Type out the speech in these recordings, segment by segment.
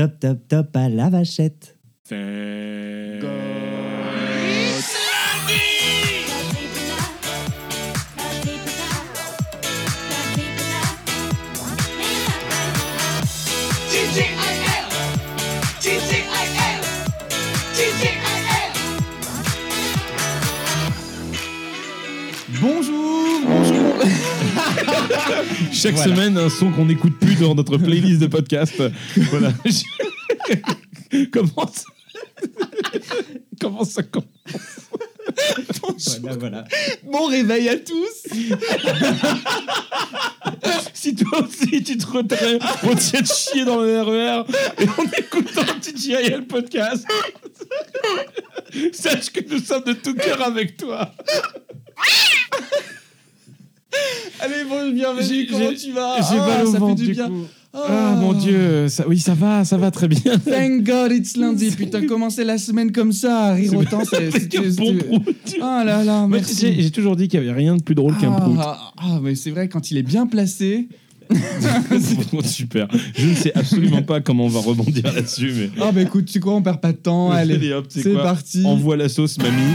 Top, top, top à la vachette. Bonjour. Chaque semaine, un son qu'on n'écoute plus dans notre playlist de podcast. Voilà. Comment ça commence? Voilà. Bon réveil à tous. Si toi aussi tu te retrais, on tient de chier dans le RER et en écoutant TGIL podcast, sache que nous sommes de tout cœur avec toi. Allez, bon, bienvenue, comment tu vas? J'ai mal au ça ventre fait du du bien. coup. Ah mon Dieu, ça va très bien. Thank God it's lundi. Putain, commencer la semaine comme ça, à rire autant, c'est Bon prout. Ah là là, Moi, merci. j'ai toujours dit qu'il n'y avait rien de plus drôle qu'un prout. Mais c'est vrai, quand il est bien placé. C'est vraiment super. Je ne sais absolument pas comment on va rebondir là-dessus, mais. Ah bah écoute, tu sais quoi, on perd pas de temps. Allez, hop, c'est parti. Envoie la sauce, mamie.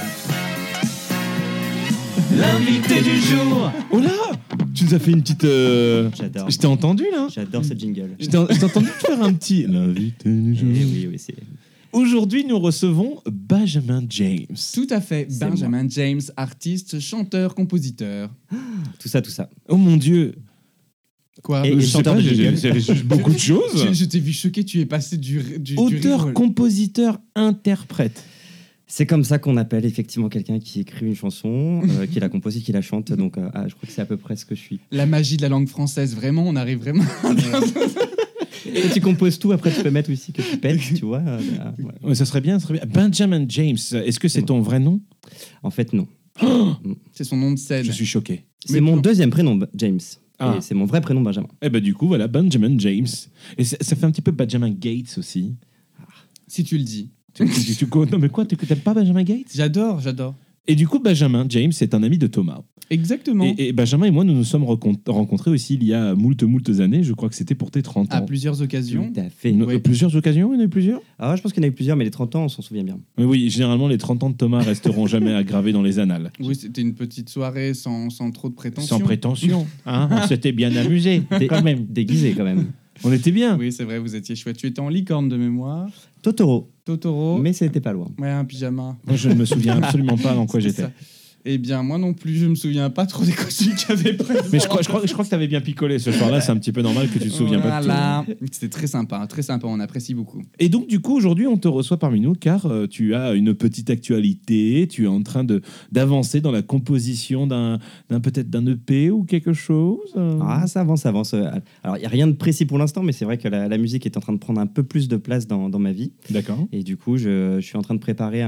L'invité du jour. Oh là, tu nous as fait une petite. J'adore. Je t'ai entendu là. J'adore ce jingle. Je t'ai entendu te faire un petit. L'invité du jour. Oui, c'est... Aujourd'hui, nous recevons Benjamin James. Tout à fait, C'est Benjamin James, artiste, chanteur, compositeur. Tout ça. Oh mon Dieu. Quoi? Et Je sais chanteur pas, de jingle. j'avais juste beaucoup de choses. Je t'ai vu choqué, tu es passé du Auteur, rigole. compositeur, interprète. C'est comme ça qu'on appelle effectivement quelqu'un qui écrit une chanson, qui la compose et qui la chante. Donc, je crois que c'est à peu près ce que je suis. La magie de la langue française, vraiment, on arrive vraiment. Et tu composes tout, après tu peux mettre aussi que tu pètes, tu vois. Ouais. Ouais, ça serait bien. Benjamin James, est-ce que c'est ton vrai nom? En fait, non. C'est son nom de scène. Je suis choqué. C'est mon deuxième prénom, James. Ah. Et c'est mon vrai prénom, Benjamin. Eh ben du coup, voilà, Benjamin James. Et ça fait un petit peu Benjamin Gates aussi. Si tu le dis. Non mais quoi, t'aimes pas Benjamin Gates? J'adore. Et du coup, Benjamin James est un ami de Thomas. Exactement. Et Benjamin et moi, nous nous sommes rencontrés aussi il y a moult années. Je crois que c'était pour tes 30 ans. À plusieurs occasions. Tout à fait. Oui. Plusieurs occasions, il y en a eu plusieurs? Je pense qu'il y en a eu plusieurs, mais les 30 ans, on s'en souvient bien. Mais oui, généralement, les 30 ans de Thomas resteront jamais aggravés dans les annales. Oui, c'était une petite soirée sans trop de prétention. Sans prétention. Hein, on s'était bien amusé, quand même. Déguisé, quand même. On était bien. Oui, c'est vrai, vous étiez chouette. Tu étais en licorne de mémoire. Totoro. Mais c'était pas loin. Ouais, un pyjama. Moi, je ne me souviens absolument pas dans quoi C'est j'étais. ça. Eh bien, moi non plus, je me souviens pas trop des costumes qu'il y avait présents. Mais je crois que tu avais bien picolé ce soir-là. C'est un petit peu normal que tu te souviens pas de tout. Voilà. C'était très sympa, on apprécie beaucoup. Et donc, du coup, aujourd'hui, on te reçoit parmi nous car tu as une petite actualité. Tu es en train d'avancer dans la composition peut-être d'un EP ou quelque chose. Ça avance. Alors, il n'y a rien de précis pour l'instant, mais c'est vrai que la musique est en train de prendre un peu plus de place dans ma vie. D'accord. Et du coup, je suis en train de préparer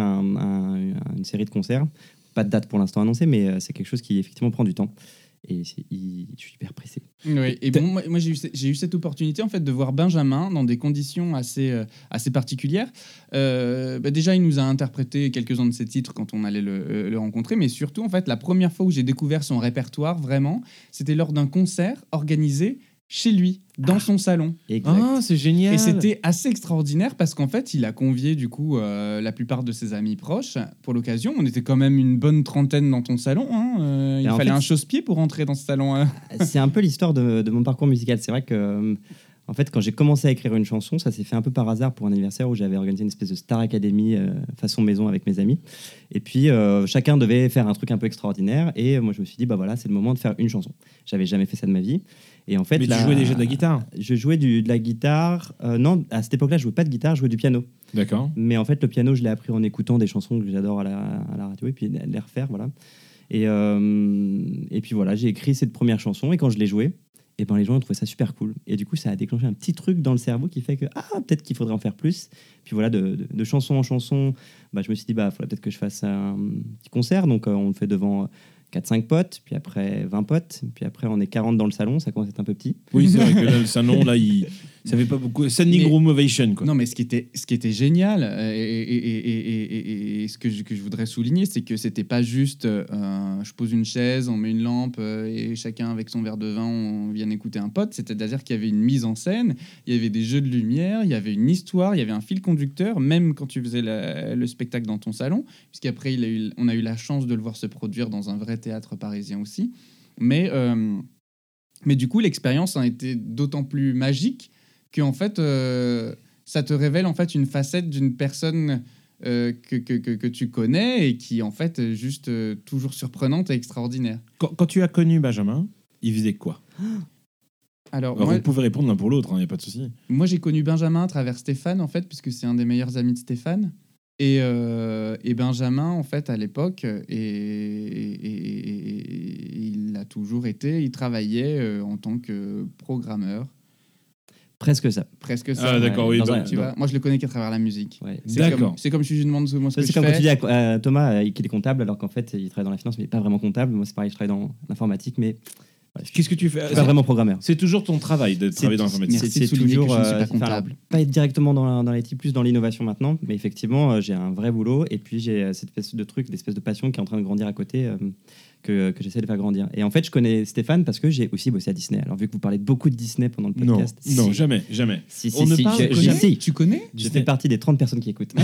une série de concerts. Pas de date pour l'instant annoncée, mais c'est quelque chose qui effectivement prend du temps. Et je suis hyper pressé. Oui, et bon, moi j'ai eu cette opportunité en fait de voir Benjamin dans des conditions assez particulières. Déjà, il nous a interprété quelques-uns de ses titres quand on allait le rencontrer, mais surtout en fait la première fois où j'ai découvert son répertoire vraiment, c'était lors d'un concert organisé chez lui, dans son salon. Exact. C'est génial. Et c'était assez extraordinaire parce qu'en fait, il a convié du coup la plupart de ses amis proches pour l'occasion. On était quand même une bonne trentaine dans ton salon. Il fallait un chausse-pied pour rentrer dans ce salon. C'est un peu l'histoire de mon parcours musical. C'est vrai que, en fait, quand j'ai commencé à écrire une chanson, ça s'est fait un peu par hasard pour un anniversaire où j'avais organisé une espèce de Star Academy façon maison avec mes amis. Et puis, chacun devait faire un truc un peu extraordinaire. Et moi, je me suis dit, c'est le moment de faire une chanson. J'avais jamais fait ça de ma vie. Et en fait, Mais tu jouais déjà de la guitare? Je jouais de la guitare. Non, à cette époque-là, je jouais pas de guitare, je jouais du piano. D'accord. Mais en fait, le piano, je l'ai appris en écoutant des chansons que j'adore à la radio et puis les refaire, voilà. Et puis voilà, j'ai écrit cette première chanson et quand je l'ai jouée, les gens ont trouvé ça super cool. Et du coup, ça a déclenché un petit truc dans le cerveau qui fait que peut-être qu'il faudrait en faire plus. Puis voilà, de chanson en chanson, je me suis dit, faudrait peut-être que je fasse un petit concert. Donc, on le fait devant 4-5 potes, puis après 20 potes, puis après on est 40 dans le salon, ça commence à être un peu petit. Oui, c'est vrai que là, le salon, là, ça fait pas beaucoup. Standing room ovation, quoi. Non, mais ce qui était génial, et ce que je voudrais souligner, c'est que c'était pas juste je pose une chaise, on met une lampe, et chacun avec son verre de vin, on vient écouter un pote. C'est-à-dire qu'il y avait une mise en scène, il y avait des jeux de lumière, il y avait une histoire, il y avait un fil conducteur, même quand tu faisais le spectacle dans ton salon, puisqu'après, on a eu la chance de le voir se produire dans un vrai théâtre parisien aussi. Mais du coup, l'expérience a été d'autant plus magique que en fait, ça te révèle en fait une facette d'une personne que tu connais et qui en fait est juste toujours surprenante et extraordinaire. Quand tu as connu Benjamin, il faisait quoi? Alors vous pouvez répondre l'un pour l'autre, il n'y a pas de souci. Moi, j'ai connu Benjamin à travers Stéphane, en fait, puisque c'est un des meilleurs amis de Stéphane. Et Benjamin, en fait, à l'époque, et il a toujours été, il travaillait en tant que programmeur. Presque ça. Presque ça. Ah, d'accord, oui. Tu vois, moi, je le connais qu'à travers la musique. Ouais. D'accord. C'est comme si je lui demande moi ce que je C'est comme fais. quand tu dis à Thomas qu'il est comptable, alors qu'en fait, il travaille dans la finance, mais pas vraiment comptable. Moi, c'est pareil, je travaille dans l'informatique, mais Qu'est-ce que tu fais? je suis pas vraiment programmeur. C'est toujours ton travail de travailler dans l'informatique. Merci C'est de souligner toujours que je ne suis pas comptable. pas être directement dans l'IT, plus dans l'innovation maintenant, mais effectivement, j'ai un vrai boulot et puis j'ai cette espèce de truc, l'espèce de passion qui est en train de grandir à côté, que j'essaie de faire grandir. Et en fait, je connais Stéphane parce que j'ai aussi bossé à Disney. Alors, vu que vous parlez beaucoup de Disney pendant le podcast... Non, si. jamais. Si, On ne si, parle que si. Tu connais Je fais partie des 30 personnes qui écoutent.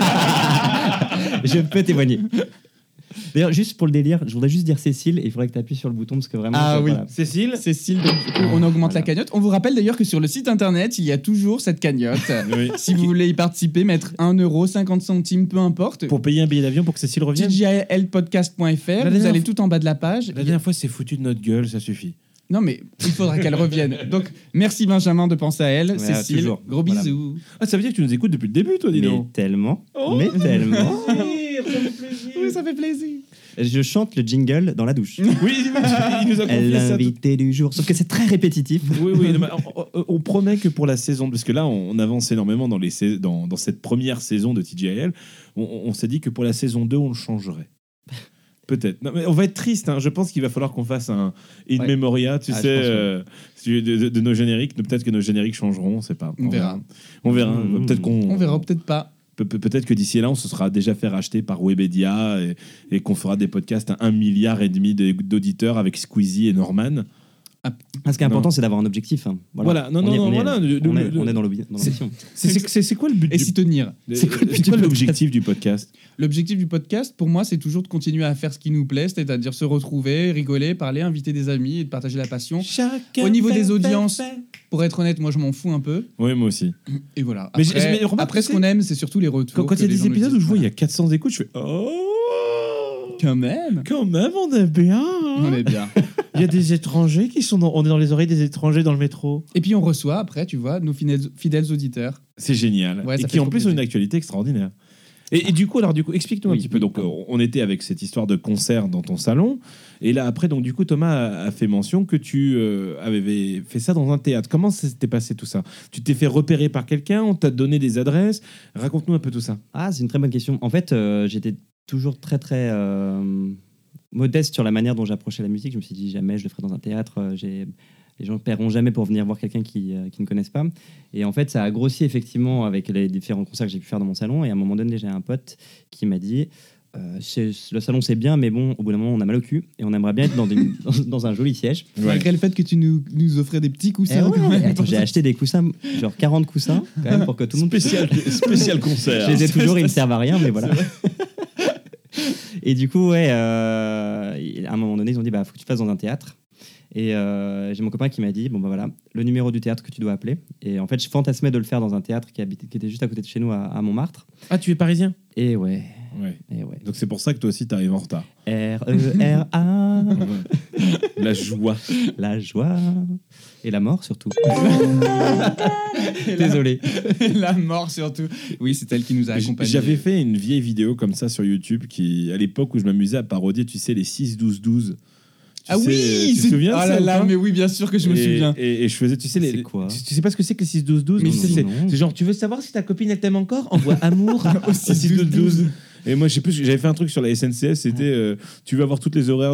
Je peux témoigner. D'ailleurs, juste pour le délire, je voudrais juste dire Cécile et il faudrait que tu appuies sur le bouton parce que vraiment... Ah oui. voilà. Cécile? Cécile, donc, du coup, on augmente la cagnotte. On vous rappelle d'ailleurs que sur le site internet, il y a toujours cette cagnotte. Oui. Si vous voulez y participer, mettre 1 euro, 50 centimes, peu importe. Pour payer un billet d'avion pour que Cécile revienne? TJLpodcast.fr, vous allez tout en bas de la page. La dernière fois, c'est foutu de notre gueule, ça suffit. Non, mais il faudra qu'elle revienne. Donc, merci Benjamin de penser à elle. Ouais, Cécile, toujours. gros Voilà. bisous. Ah, ça veut dire que tu nous écoutes depuis le début, toi, dis Mais donc. tellement. Oh. Mais tellement. Oui, ça fait plaisir. Je chante le jingle dans la douche. Oui, il nous a confié ça. L'invité du jour. Sauf que c'est très répétitif. Oui, non, mais on promet que pour la saison, parce que là, on avance énormément dans cette première saison de TJL, on s'est dit que pour la saison 2, on le changerait. Peut-être. Non, mais on va être triste. Je pense qu'il va falloir qu'on fasse in memoria, tu sais, de nos génériques. Peut-être que nos génériques changeront, on ne sait pas. On verra. On verra. Peut-être qu'on. On verra, peut-être pas. Peut-être que d'ici là, on se sera déjà fait racheter par Webedia et qu'on fera des podcasts à 1,5 milliard d'auditeurs avec Squeezie et Norman. Ce qui est important, c'est d'avoir un objectif. Voilà. On est dans l'ambition. C'est quoi le but Et s'y tenir. C'est quoi l'objectif du podcast? L'objectif du podcast, pour moi, c'est toujours de continuer à faire ce qui nous plaît, c'est-à-dire se retrouver, rigoler, parler, inviter des amis et de partager la passion. Au niveau des audiences, pour être honnête, moi, je m'en fous un peu. Oui, moi aussi. Et voilà. Mais Après, ce qu'on aime, c'est surtout les retours. Quand il y a des épisodes où je vois il y a 400 écoutes, je fais Quand même, on est bien. on est bien. Il y a des étrangers qui sont on est dans les oreilles des étrangers dans le métro. Et puis on reçoit après, tu vois, nos fidèles auditeurs. C'est génial. Ouais, et ça qui fait en trop plus ont plaisir. une actualité extraordinaire. Et du coup, explique-nous un petit peu. Donc, on était avec cette histoire de concert dans ton salon. Et là, après, donc, du coup, Thomas a fait mention que tu avais fait ça dans un théâtre. Comment ça s'était passé tout ça? Tu t'es fait repérer par quelqu'un? On t'a donné des adresses? Raconte-nous un peu tout ça. Ah, c'est une très bonne question. En fait, j'étais toujours très, très modeste sur la manière dont j'approchais la musique. Je me suis dit, jamais je le ferai dans un théâtre. Les gens ne paieront jamais pour venir voir quelqu'un qui ne connaissent pas. Et en fait, ça a grossi effectivement avec les différents concerts que j'ai pu faire dans mon salon. Et à un moment donné, j'ai un pote qui m'a dit le salon, c'est bien, mais bon, au bout d'un moment, on a mal au cul et on aimerait bien être dans un joli siège. Malgré le fait que tu nous offrais des petits coussins. Et ouais, attends, j'ai acheté des coussins, genre 40 coussins, quand même, pour que tout le monde... Spécial concert. Je les ai toujours, ils ne servent à rien, mais voilà. Et du coup, ouais, à un moment donné, ils ont dit, faut que tu fasses dans un théâtre. Et j'ai mon copain qui m'a dit, bon bah voilà, le numéro du théâtre que tu dois appeler. Et en fait, je fantasmais de le faire dans un théâtre qui était juste à côté de chez nous, à Montmartre. Ah, tu es parisien? Et ouais. Ouais. Donc c'est pour ça que toi aussi, t'arrives en retard. R-E-R-A. La joie. La joie. Et la mort, surtout. Désolé. La mort, surtout. Oui, c'est elle qui nous a accompagnés. J'avais fait une vieille vidéo comme ça sur YouTube, à l'époque où je m'amusais à parodier, tu sais, les 6-12-12. Ah oui, tu te souviens de ah ça là ou là, pas? mais oui, bien sûr que je me souviens. Et je faisais, tu sais, C'est quoi? tu sais pas ce que c'est que les 6-12-12? Mais c'est genre, tu veux savoir si ta copine elle t'aime encore? Envoie amour au 6-12-12. Et moi, je sais plus, j'avais fait un truc sur la SNCF, c'était tu veux avoir toutes les horaires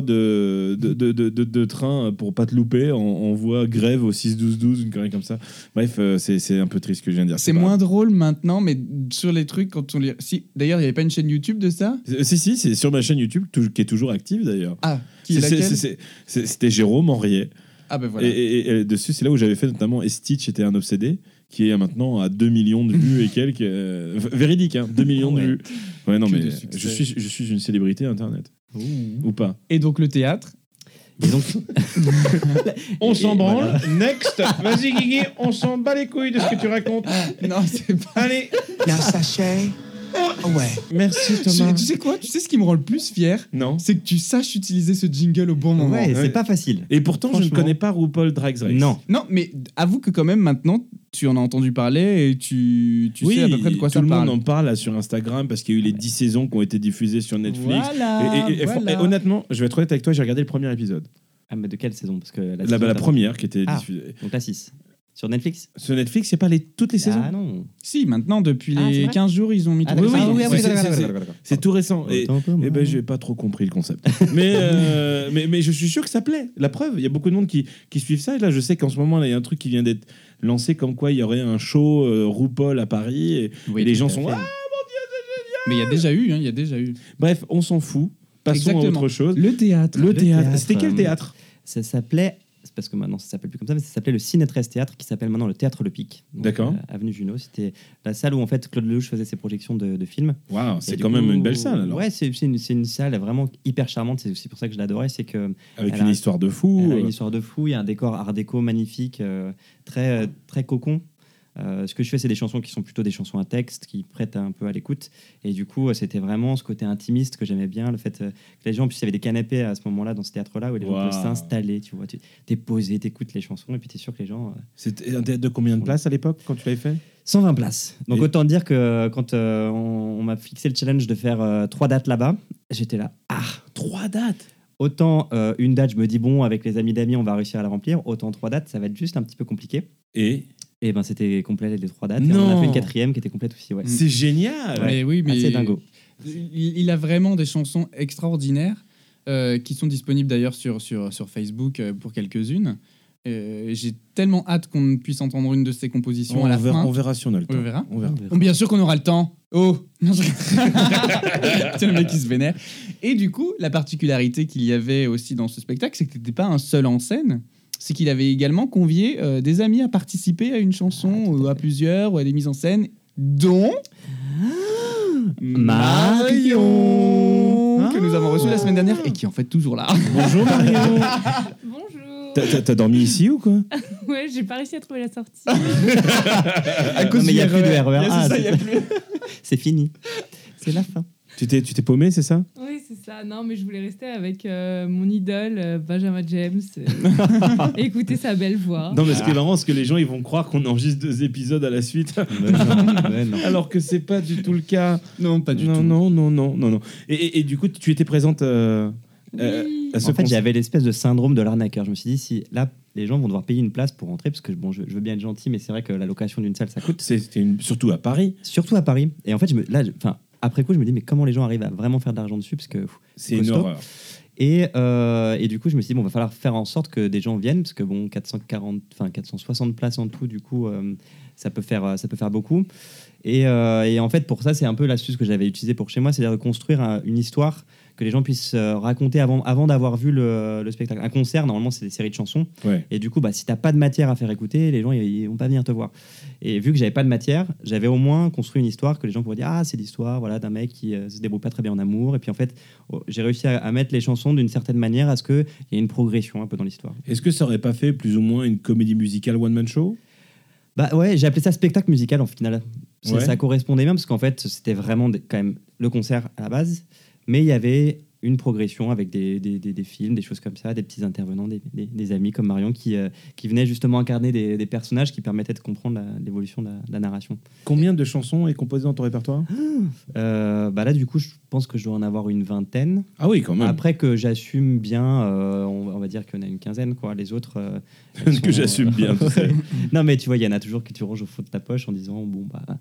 de train pour pas te louper, on voit grève au 6-12-12, une connerie comme ça. Bref, c'est un peu triste ce que je viens de dire. C'est moins drôle maintenant, mais sur les trucs, quand on les... Si, d'ailleurs, il n'y avait pas une chaîne YouTube de ça? Si, c'est sur ma chaîne YouTube, qui est toujours active d'ailleurs. Ah, qui est laquelle? C'était Jérôme Henriet. Ah ben voilà. Et dessus, c'est là où j'avais fait notamment Et Stitch était un obsédé, qui est maintenant à 2 millions de vues et quelques. Véridique, hein, 2 millions de vues. Ouais, non, Que mais de succès. je suis une célébrité internet. Ou pas. Et donc le théâtre? Et donc, On s'en branle. voilà. Next. Vas-y, Guigui, on s'en bat les couilles de ce que tu racontes. Non, c'est pas... Allez. Now, sachet. Ouais. Merci, Thomas. Tu sais quoi? Tu sais ce qui me rend le plus fier? Non. C'est que tu saches utiliser ce jingle au bon moment. ouais, Ouais. c'est pas facile. Et pourtant, je ne Franchement. connais pas RuPaul Drag Race. Non. Non, mais avoue que quand même maintenant, tu en as entendu parler et tu Oui, sais à peu près de quoi tout ça le parle. monde en parle là, sur Instagram parce qu'il y a eu les 10 saisons qui ont été diffusées sur Netflix. Voilà, Et voilà. honnêtement, je vais être honnête avec toi, j'ai regardé le premier épisode. Ah, mais de quelle saison? Parce que La saison, première qui était Ah. diffusée. Donc la 6. Sur Netflix? Sur Netflix, il n'y a pas toutes les saisons. Ah non. Si, maintenant, depuis Ah, c'est les vrai 15 jours, ils ont mis Ah, tout d'accord. oui, Ah, oui, oui, c'est- d'accord, c'est- d'accord, d'accord. C'est tout récent. Et Autant pour moi. ben, j'ai pas trop compris le concept. mais je suis sûr que ça plaît. La preuve, il y a beaucoup de monde qui suivent ça. Et là, je sais qu'en ce moment, là, il y a un truc qui vient d'être lancé comme quoi il y aurait un show RuPaul à Paris. Et Oui, les tout gens à sont fait. ah. Mais il y a déjà eu, hein, il y a déjà eu. Bref, on s'en fout. Passons à Exactement. autre chose. Le théâtre. Le théâtre. théâtre, C'était quel théâtre? Ça s'appelait, c'est parce que maintenant ça s'appelle plus comme ça, mais ça s'appelait le Ciné-13 Théâtre, qui s'appelle maintenant le Théâtre Le Pic. Donc, D'accord. Avenue Junot. C'était la salle où en fait Claude Lelouch faisait ses projections de films. Waouh, Et c'est du quand même coup, une belle salle alors. Ouais, c'est une salle vraiment hyper charmante. C'est aussi pour ça que je l'adorais. C'est que Avec elle une a- histoire de fou. elle a une histoire de fou. Il y a un décor art déco magnifique, très cocon. Ce que je fais, c'est des chansons qui sont plutôt des chansons à texte, qui prêtent un peu à l'écoute. Et du coup, c'était vraiment ce côté intimiste que j'aimais bien. Le fait que les gens, puis il y avait des canapés à ce moment-là, dans ce théâtre-là, où les gens Waouh. peuvent s'installer. Tu vois, t'es posé, t'écoutes les chansons, et puis t'es sûr que les gens. C'était un théâtre de combien de places à l'époque quand tu l'avais fait? 120 places. Donc Et- autant dire que quand on m'a fixé le challenge de faire 3 dates là-bas, j'étais là. Ah, 3 dates. autant une date, je me dis, bon, avec les amis d'amis, on va réussir à la remplir. Autant 3 dates, ça va être juste un petit peu compliqué. Et Et ben c'était complet les 3 dates. Et Non. on a fait une 4e qui était complète aussi. Ouais. c'est génial. Mais oui, mais Assez dingo. il a vraiment des chansons extraordinaires qui sont disponibles d'ailleurs sur Facebook pour quelques-unes. J'ai tellement hâte qu'on puisse entendre une de ses compositions à la fin. On verra si on a le temps. On verra. On verra. Oh, bien sûr qu'on aura le temps. Oh Non, c'est le mec qui se vénère. Et du coup, la particularité qu'il y avait aussi dans ce spectacle, c'est que c'était pas un seul en scène. C'est qu'il avait également convié des amis à participer à une chanson, ou à plusieurs, ou à des mises en scène, dont Marion, que nous avons reçu la semaine dernière et qui est en fait toujours là. Bonjour Marion. Bonjour. T'as dormi ici ou quoi? Ouais, j'ai pas réussi à trouver la sortie. À Non, mais il y a plus de RER. C'est Ah, ça, il y a c'est- plus. C'est fini. C'est la fin. Tu t'es paumé, c'est ça? Oui, c'est ça. Non, mais je voulais rester avec mon idole, Benjamin James. Écouter sa belle voix. Non, mais ce qui est marrant, c'est que les gens ils vont croire qu'on enregistre 2 épisodes à la suite, alors que c'est pas du tout le cas. Non, pas du non, tout. non. Et du coup, tu étais présente Oui. à ce En fait, concert. j'avais l'espèce de syndrome de l'arnaqueur. Je me suis dit, si là, les gens vont devoir payer une place pour rentrer, parce que bon, je veux bien être gentil, mais c'est vrai que la location d'une salle, ça coûte. Surtout à Paris. Surtout à Paris. Et en fait, après coup, je me dis, mais comment les gens arrivent à vraiment faire de l'argent dessus? Parce que C'est une costaud. horreur. Et du coup, je me suis dit, bon, va falloir faire en sorte que des gens viennent, parce que bon, 460 places en tout, du coup, ça peut faire beaucoup. Et en fait, pour ça, c'est un peu l'astuce que j'avais utilisée pour chez moi, c'est-à-dire de construire une histoire que les gens puissent raconter avant d'avoir vu le spectacle. Un concert, normalement, c'est des séries de chansons. Ouais. Et du coup, si t'as pas de matière à faire écouter, les gens ils vont pas venir te voir. Et vu que j'avais pas de matière, j'avais au moins construit une histoire que les gens pourraient dire, ah, c'est l'histoire, voilà, d'un mec qui se débrouille pas très bien en amour. Et puis en fait, j'ai réussi à mettre les chansons d'une certaine manière à ce qu'il y ait une progression un peu dans l'histoire. Est-ce que ça aurait pas fait plus ou moins une comédie musicale one-man show? Bah ouais, j'ai appelé ça spectacle musical en final. Ouais. Ça correspondait bien parce qu'en fait, c'était vraiment quand même le concert à la base, mais il y avait une progression avec des films, des choses comme ça, des petits intervenants, des amis comme Marion qui venaient justement incarner des personnages qui permettaient de comprendre l'évolution de la narration. Combien de chansons est composé dans ton répertoire? Là, du coup, je pense que je dois en avoir une vingtaine. Ah oui, quand même. Après que j'assume bien, on va dire qu'il y en a une quinzaine, quoi. Les autres... Que j'assume bien, tu sais. Non, mais tu vois, il y en a toujours que tu ranges au fond de ta poche en disant, bon,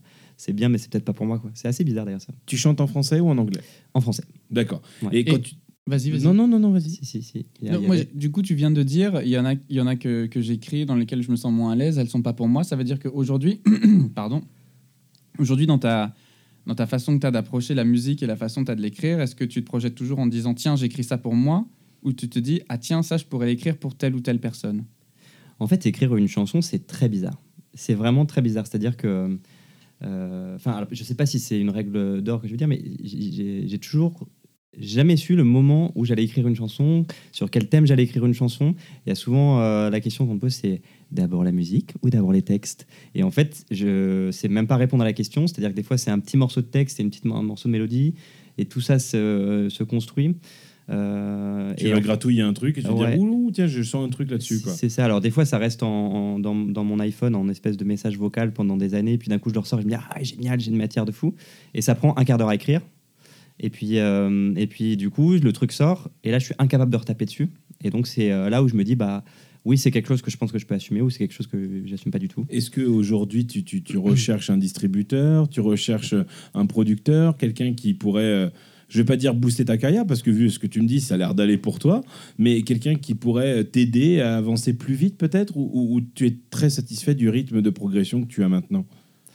c'est bien, mais c'est peut-être pas pour moi, quoi. C'est assez bizarre d'ailleurs ça. Tu chantes en français ou en anglais? En français. D'accord. Ouais. Et quand Et- tu... Vas-y. Non, vas-y. Si. Non, moi, du coup, tu viens de dire, il y en a que j'écris dans lesquelles je me sens moins à l'aise, elles sont pas pour moi. Ça veut dire qu'aujourd'hui, pardon, aujourd'hui dans ta façon que tu as d'approcher la musique et la façon que tu as de l'écrire, est-ce que tu te projettes toujours en te disant tiens, j'écris ça pour moi, ou tu te dis ah tiens, ça je pourrais l'écrire pour telle ou telle personne? En fait, écrire une chanson, c'est très bizarre. C'est vraiment très bizarre. C'est-à-dire que, alors, je sais pas si c'est une règle d'or que je veux dire, mais j'ai toujours jamais su le moment où j'allais écrire une chanson, sur quel thème j'allais écrire une chanson. Il y a souvent la question qu'on me pose, c'est d'abord la musique ou d'abord les textes. Et en fait, je sais même pas répondre à la question. C'est-à-dire que des fois, c'est un petit morceau de texte et un morceau de mélodie, et tout ça se construit. Tu vas gratouiller un truc et tu te Ouais. dis ouh, tiens, je sens un truc là-dessus, quoi. C'est ça. Alors des fois, ça reste dans mon iPhone en espèce de message vocal pendant des années. Et puis d'un coup, je le ressors et je me dis ah génial, j'ai une matière de fou. Et ça prend un quart d'heure à écrire. Et puis du coup, le truc sort. Et là, je suis incapable de retaper dessus. Et donc c'est là où je me dis bah oui, c'est quelque chose que je pense que je peux assumer, ou c'est quelque chose que j'assume pas du tout. Est-ce qu'aujourd'hui, tu recherches un distributeur, tu recherches un producteur, quelqu'un qui pourrait, je vais pas dire booster ta carrière, parce que vu ce que tu me dis, ça a l'air d'aller pour toi, mais quelqu'un qui pourrait t'aider à avancer plus vite peut-être, ou tu es très satisfait du rythme de progression que tu as maintenant?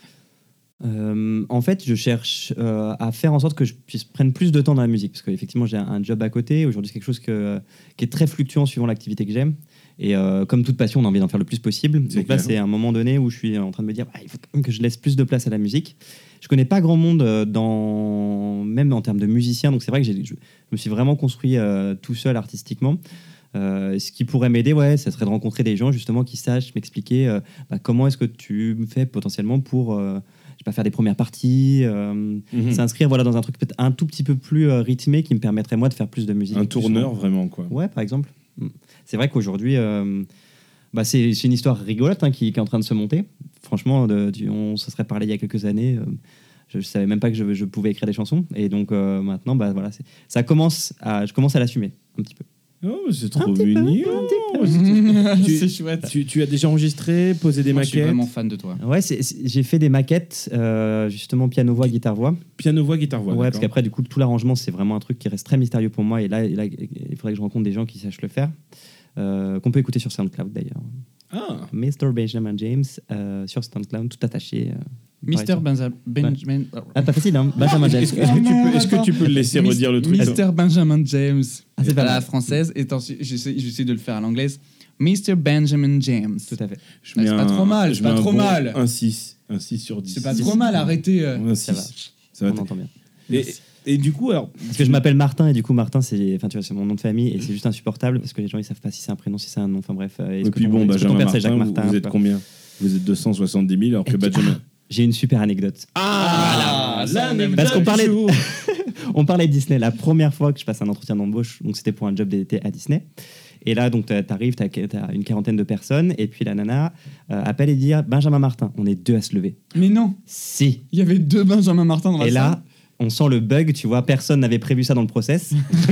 En fait, je cherche à faire en sorte que je puisse prendre plus de temps dans la musique, parce qu'effectivement, j'ai un job à côté. Aujourd'hui, c'est quelque chose qui est très fluctuant suivant l'activité que j'aime. Et comme toute passion, on a envie d'en faire le plus possible. C'est Donc là, clair. c'est un moment donné où je suis en train de me dire il faut quand même que je laisse plus de place à la musique. Je connais pas grand monde même en termes de musiciens, donc c'est vrai que je me suis vraiment construit tout seul artistiquement. Ce qui pourrait m'aider, ça serait de rencontrer des gens justement qui sachent m'expliquer comment est-ce que tu fais potentiellement pour je sais pas, faire des premières parties, s'inscrire dans un truc peut-être un tout petit peu plus rythmé qui me permettrait moi de faire plus de musique. Un plus tourneur, souvent. vraiment, quoi. Ouais, par exemple. C'est vrai qu'aujourd'hui, c'est une histoire rigolote qui est en train de se monter. Franchement, on se serait parlé il y a quelques années. Je savais même pas que je pouvais écrire des chansons. Et donc maintenant, je commence à l'assumer un petit peu. Oh, c'est trop Un petit peu, mignon. C'est chouette. Tu as déjà enregistré, posé des Moi, je suis maquettes, vraiment fan de toi. Ouais, j'ai fait des maquettes, justement piano-voix, guitare-voix. piano-voix, guitare-voix. Ouais, parce d'accord. qu'après, du coup, tout l'arrangement, c'est vraiment un truc qui reste très mystérieux pour moi. Et là, il faudrait que je rencontre des gens qui sachent le faire. Qu'on peut écouter sur SoundCloud d'ailleurs. Ah, Mr. Benjamin James sur SoundCloud, tout attaché. Mr. Benjamin. Ah, pas facile, hein. Benjamin James. est-ce que tu peux le laisser redire le truc? Mr. Benjamin James. Ah, c'est pas à la mal. française. Et j'essaie de le faire à l'anglaise. Mr. Benjamin James. Tout à fait. Je c'est pas trop mal, je c'est pas mets un trop bon- mal. Un 6. Un 6 sur 10. C'est pas trop mal, arrêtez. Un 6. Ça va. Ça va. On entend bien. Et du coup, alors, Parce que je m'appelle Martin et du coup Martin c'est mon nom de famille et c'est juste insupportable parce que les gens ils savent pas si c'est un prénom, si c'est un nom, enfin bref. et puis bon, est-ce que ton Benjamin père c'est Jacques Martin, Martin vous êtes quoi. combien? Vous êtes 270 000, alors que Et puis- Benjamin... J'ai une super anecdote. Ah, ça, on aime Parce qu'on parlait, jour. on parlait de Disney la première fois que je passe un entretien d'embauche, donc c'était pour un job d'été à Disney. Et là, donc, t'arrives, t'as une quarantaine de personnes, et puis la nana appelle et dit Benjamin Martin. On est deux à se lever. Mais non, Si. il y avait deux Benjamin Martin dans la Et salle. là, on sent le bug, tu vois, personne n'avait prévu ça dans le process.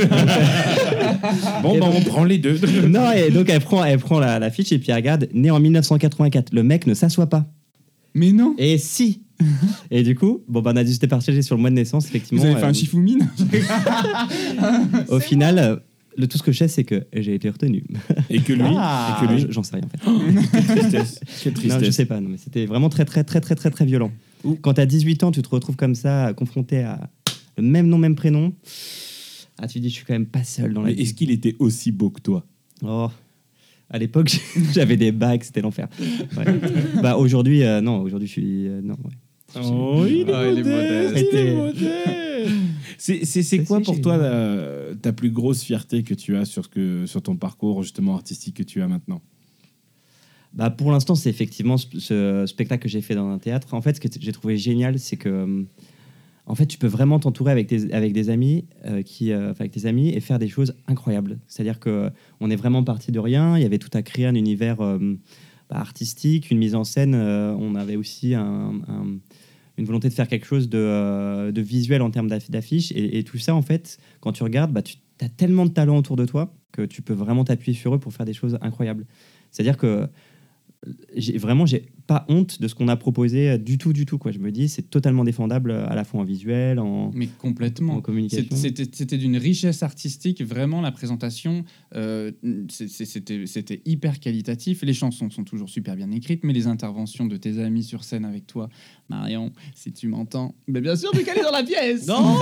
Bon, bah, on prend les deux. Non, et donc elle prend la fiche et puis elle regarde, né en 1984. Le mec ne s'assoit pas. Mais non, Et si. Et du coup, on a dû se partager sur le mois de naissance, effectivement. vous avez fait un chifoumine. Au final, tout ce que je sais, c'est que j'ai été retenu. Et que lui, Ah, et que lui, j'en sais rien en fait. quelle tristesse. Quelle Non, tristesse. je sais pas, non, mais c'était vraiment très, très, très, très, très, très violent. Quand t'as 18 ans, tu te retrouves comme ça, confronté à le même nom, même prénom. Ah, tu dis, je suis quand même pas seul dans la Mais vie. est-ce qu'il était aussi beau que toi? Oh. À l'époque, j'avais des bagues, c'était l'enfer. Ouais. Aujourd'hui, non, aujourd'hui, je suis. Non, ouais. Oh, il est Ah, il est modeste. Il est modeste. modeste. C'est quoi Si, pour j'ai- toi ta plus grosse fierté que tu as sur ton parcours justement artistique que tu as maintenant? Pour l'instant, c'est effectivement ce spectacle que j'ai fait dans un théâtre. En fait, ce que j'ai trouvé génial, c'est que en fait, tu peux vraiment t'entourer avec des amis, avec tes amis et faire des choses incroyables. C'est-à-dire que on est vraiment parti de rien. Il y avait tout à créer, un univers artistique, une mise en scène. On avait aussi une volonté de faire quelque chose de visuel en termes d'affiches. Et tout ça, en fait, quand tu regardes, tu as tellement de talent autour de toi que tu peux vraiment t'appuyer sur eux pour faire des choses incroyables. C'est-à-dire que j'ai pas honte de ce qu'on a proposé du tout, quoi. Je me dis, c'est totalement défendable à la fois en visuel, Mais complètement. en communication. C'était d'une richesse artistique, vraiment, la présentation. C'était hyper qualitatif. Les chansons sont toujours super bien écrites, mais les interventions de tes amis sur scène avec toi, Marion, si tu m'entends, mais bien sûr, tu es calé dans la pièce. Non.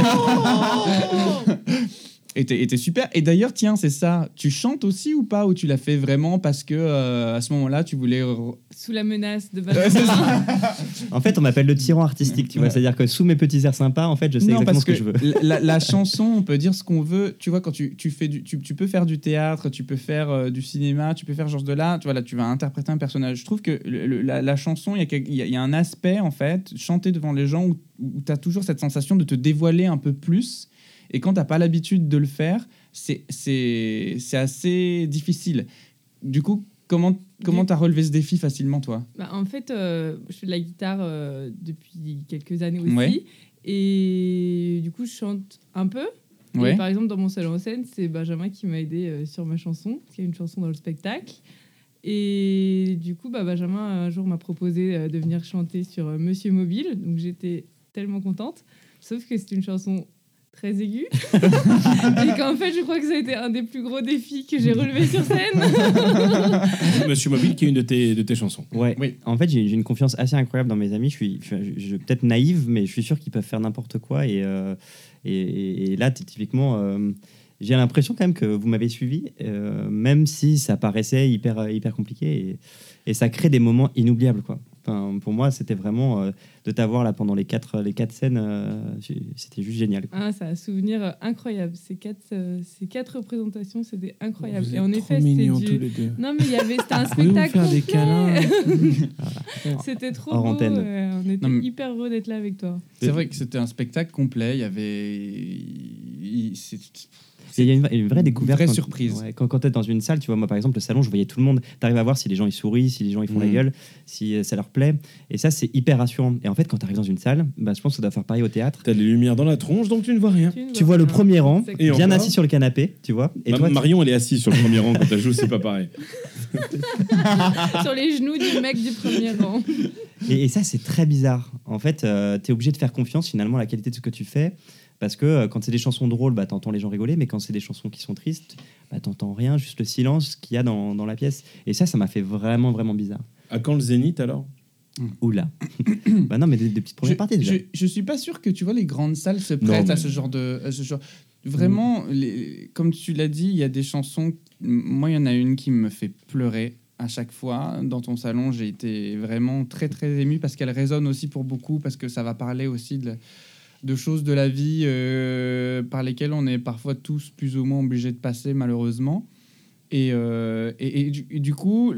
était super. Et d'ailleurs, tiens, c'est ça. Tu chantes aussi ou pas? Ou tu l'as fait vraiment parce que à ce moment-là, tu voulais. Sous la menace de Ouais, c'est Benjamin. En fait, on m'appelle le tyran artistique, tu vois. C'est-à-dire que sous mes petits airs sympas, en fait, je sais Non, exactement parce ce que je veux. La chanson, on peut dire ce qu'on veut. Tu vois, quand tu fais tu peux faire du théâtre, tu peux faire du cinéma, tu peux faire genre de là. Tu vois, là, tu vas interpréter un personnage. Je trouve que la chanson, il y a un aspect, en fait, chanter devant les gens où tu as toujours cette sensation de te dévoiler un peu plus. Et quand tu n'as pas l'habitude de le faire, c'est assez difficile. Du coup, comment tu as relevé ce défi facilement, toi? Bah, en fait, je fais de la guitare depuis quelques années aussi. Ouais. Et du coup, je chante un peu. Ouais. Et par exemple, dans mon seul en scène, c'est Benjamin qui m'a aidé sur ma chanson, parce qu'il y a une chanson dans le spectacle. Et du coup, Benjamin, un jour, m'a proposé de venir chanter sur Monsieur Mobile. Donc, j'étais tellement contente. Sauf que c'est une chanson très aiguë. Et qu'en fait, je crois que ça a été un des plus gros défis que j'ai relevé sur scène. Monsieur Mobile, qui est une de tes chansons. Ouais. Oui. En fait, j'ai une confiance assez incroyable dans mes amis. Je suis peut-être naïve, mais je suis sûr qu'ils peuvent faire n'importe quoi. Et là, typiquement, j'ai l'impression quand même que vous m'avez suivi, même si ça paraissait hyper compliqué. Et ça crée des moments inoubliables, quoi. Enfin, pour moi, c'était vraiment de t'avoir là pendant les quatre scènes. C'était juste génial, quoi. Ah, c'est un souvenir incroyable. Ces quatre représentations, c'était incroyable. Vous Et en êtes effet, trop c'était mignons tous les deux. Non, mais c'était un Pouvez-vous spectacle faire des complet. câlins? C'était trop Hors beau. antenne. On était Non, mais- hyper heureux d'être là avec toi. C'est vrai que c'était un spectacle complet. Il y avait. Il y a une vraie découverte. Vraie quand- surprise. ouais, quand tu es dans une salle, tu vois, moi par exemple, le salon, je voyais tout le monde. Tu arrives à voir si les gens ils sourient, si les gens ils font la gueule, si ça leur plaît. Et ça, c'est hyper rassurant. Et en fait, quand tu arrives dans une salle, je pense que ça doit faire pareil au théâtre. T'as les lumières dans la tronche, donc tu ne vois rien. Tu vois le premier rang, Exactement. Et bien encore assis sur le canapé, tu vois. Et toi, Marion, elle est assise sur le premier rang quand elle joue, c'est pas pareil. Sur les genoux du mec du premier rang. et ça, c'est très bizarre. En fait, tu es obligé de faire confiance finalement à la qualité de ce que tu fais. Parce que quand c'est des chansons drôles, t'entends les gens rigoler, mais quand c'est des chansons qui sont tristes, t'entends rien, juste le silence qu'il y a dans la pièce. Et ça m'a fait vraiment bizarre. À quand le Zénith alors? Oula. Non, mais des petites premières parties déjà. Je suis pas sûr que tu vois les grandes salles se prêtent mais- à ce genre de. Vraiment, comme tu l'as dit, il y a des chansons. Moi, il y en a une qui me fait pleurer à chaque fois. Dans ton salon, j'ai été vraiment très ému parce qu'elle résonne aussi pour beaucoup, parce que ça va parler aussi de choses de la vie par lesquelles on est parfois tous plus ou moins obligés de passer, malheureusement. Et du coup,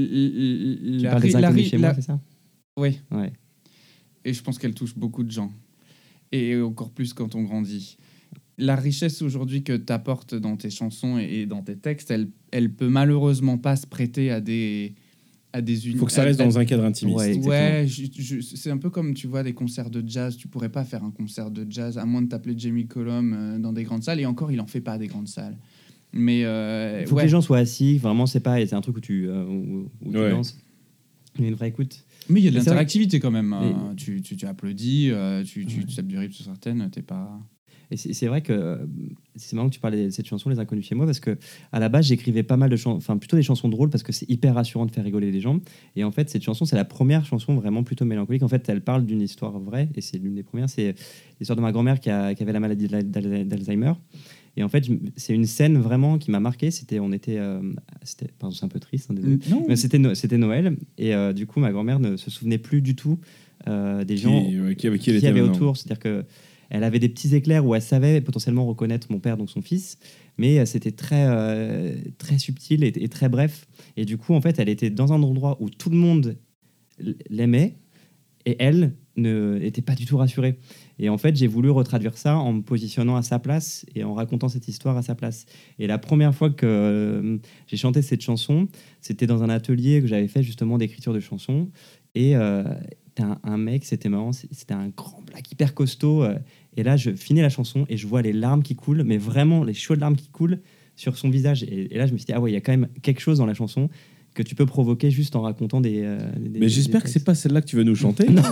Tu parles des inconnus chez moi, c'est ça? Oui. Ouais. Et je pense qu'elle touche beaucoup de gens. Et encore plus quand on grandit. La richesse aujourd'hui que tu apportes dans tes chansons et dans tes textes, elle peut malheureusement pas se prêter à des Il faut que ça reste dans un cadre intimiste. Ouais. Ouais, c'est un peu comme, tu vois, des concerts de jazz. Tu pourrais pas faire un concert de jazz, à moins de t'appeler Jamie Cullum dans des grandes salles. Et encore, il en fait pas des grandes salles. Mais Il faut que les gens soient assis. Vraiment, c'est un truc où tu Ouais. danses. Il y a une vraie écoute. Mais il y a de Mais c'est l'interactivité quand même. Mais- Tu applaudis, tu Ouais. tapes du rythme sur certaines, t'es pas... Et c'est vrai que c'est marrant que tu parlais de cette chanson, Les Inconnus chez moi, parce que à la base, j'écrivais pas mal de chansons, enfin plutôt des chansons drôles, parce que c'est hyper rassurant de faire rigoler les gens. Et en fait, cette chanson, c'est la première chanson vraiment plutôt mélancolique. En fait, elle parle d'une histoire vraie, et c'est l'une des premières. C'est l'histoire de ma grand-mère qui avait la maladie d'Alzheimer. Et en fait, c'est une scène vraiment qui m'a marqué. Pardon, c'est un peu triste, hein, désolé. Non. Mais c'était Noël, et du coup, ma grand-mère ne se souvenait plus du tout des gens Qui elle qui était avait maintenant. autour. C'est-à-dire que elle avait des petits éclairs où elle savait potentiellement reconnaître mon père, donc son fils, mais c'était très subtil et très bref. Et du coup, en fait, elle était dans un endroit où tout le monde l'aimait et elle n'était pas du tout rassurée. Et en fait, j'ai voulu retraduire ça en me positionnant à sa place et en racontant cette histoire à sa place. Et la première fois que j'ai chanté cette chanson, c'était dans un atelier que j'avais fait justement d'écriture de chansons. Et t'as un mec, c'était marrant, c'était un grand black hyper costaud. Et là, je finis la chanson et je vois les larmes qui coulent, mais vraiment les chaudes larmes qui coulent sur son visage. Et là, je me suis dit, ah ouais, il y a quand même quelque chose dans la chanson que tu peux provoquer juste en racontant des Mais j'espère que c'est pas celle-là que tu veux nous chanter. non.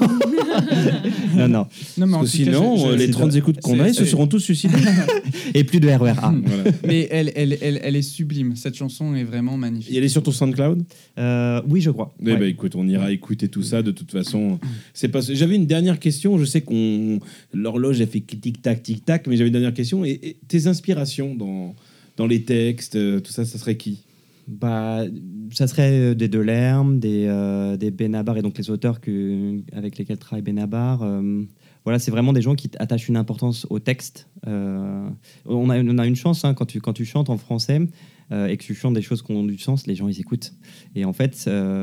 Non, non. Non, mais en Parce que tout cas, sinon, les c'est 30 écoutes qu'on a, ils se seront tous suicidés. Et plus de RER A. Voilà. mais elle est sublime. Cette chanson est vraiment magnifique. Et elle est sur ton SoundCloud. Oui, je crois. Eh Ouais. ben, écoute, on ira écouter tout ça de toute façon. C'est pas. J'avais une dernière question. Je sais qu'on l'horloge a fait tic tac, mais j'avais une dernière question. Et tes inspirations dans les textes, tout ça, ça serait qui? Bah, ça serait des Delerme, des Benabar et donc les auteurs avec lesquels travaille Benabar. Voilà, c'est vraiment des gens qui attachent une importance au texte. On a une chance hein, quand tu chantes en français et que tu chantes des choses qui ont du sens, les gens ils écoutent. Et en fait,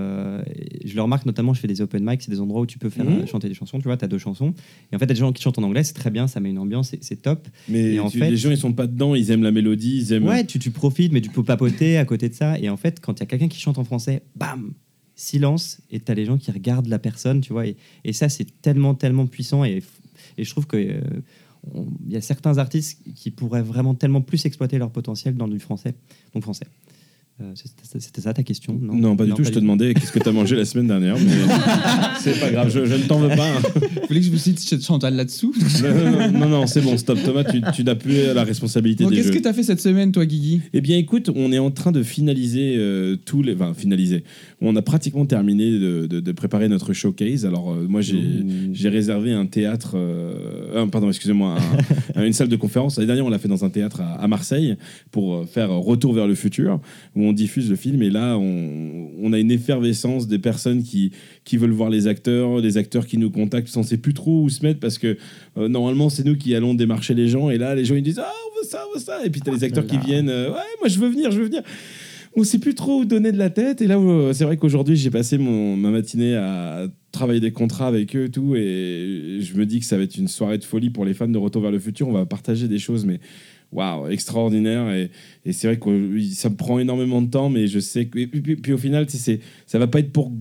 je le remarque notamment, je fais des open mic, c'est des endroits où tu peux faire chanter des chansons. Tu vois, tu as 2 chansons. Et en fait, il y a des gens qui chantent en anglais, c'est très bien, ça met une ambiance, c'est top. Mais Et en fait, les gens, ils sont pas dedans. Ils aiment la mélodie. Ils aiment. Ouais, tu profites, mais tu peux papoter à côté de ça. Et en fait, quand il y a quelqu'un qui chante en français, bam, silence, et t'as les gens qui regardent la personne, tu vois. Et ça, c'est tellement, tellement puissant. Et je trouve que il y a certains artistes qui pourraient vraiment tellement plus exploiter leur potentiel dans du français. Donc français. C'était ça ta question? Non, pas du tout. Je te demandais qu'est-ce que tu as mangé la semaine dernière. Mais c'est pas grave, je ne t'en veux pas. Vous voulez que je vous cite Chantal là-dessous? Non, c'est bon, stop. Thomas, tu n'as plus la responsabilité Bon, des qu'est-ce jeux. que tu as fait cette semaine, toi, Guigui? Eh bien, écoute, on est en train de finaliser finaliser. On a pratiquement terminé de préparer notre showcase. Alors, moi, j'ai réservé un théâtre... pardon, excusez-moi, une salle de conférence. L'année dernière, on l'a fait dans un théâtre à Marseille pour faire Retour vers le futur, où on diffuse le film. Et là, on a une effervescence des personnes qui veulent voir les acteurs qui nous contactent. On ne sait plus trop où se mettre parce que normalement, c'est nous qui allons démarcher les gens. Et là, les gens, ils disent « Ah, on veut ça !» Et puis, tu as les acteurs qui viennent « Ouais, moi, je veux venir. » On ne sait plus trop où donner de la tête. Et là, c'est vrai qu'aujourd'hui, j'ai passé ma matinée à travailler des contrats avec eux et tout. Et je me dis que ça va être une soirée de folie pour les fans de Retour vers le futur. On va partager des choses, mais waouh, extraordinaire. Et c'est vrai que ça me prend énormément de temps, mais je sais que. Puis au final, ça va pas être pour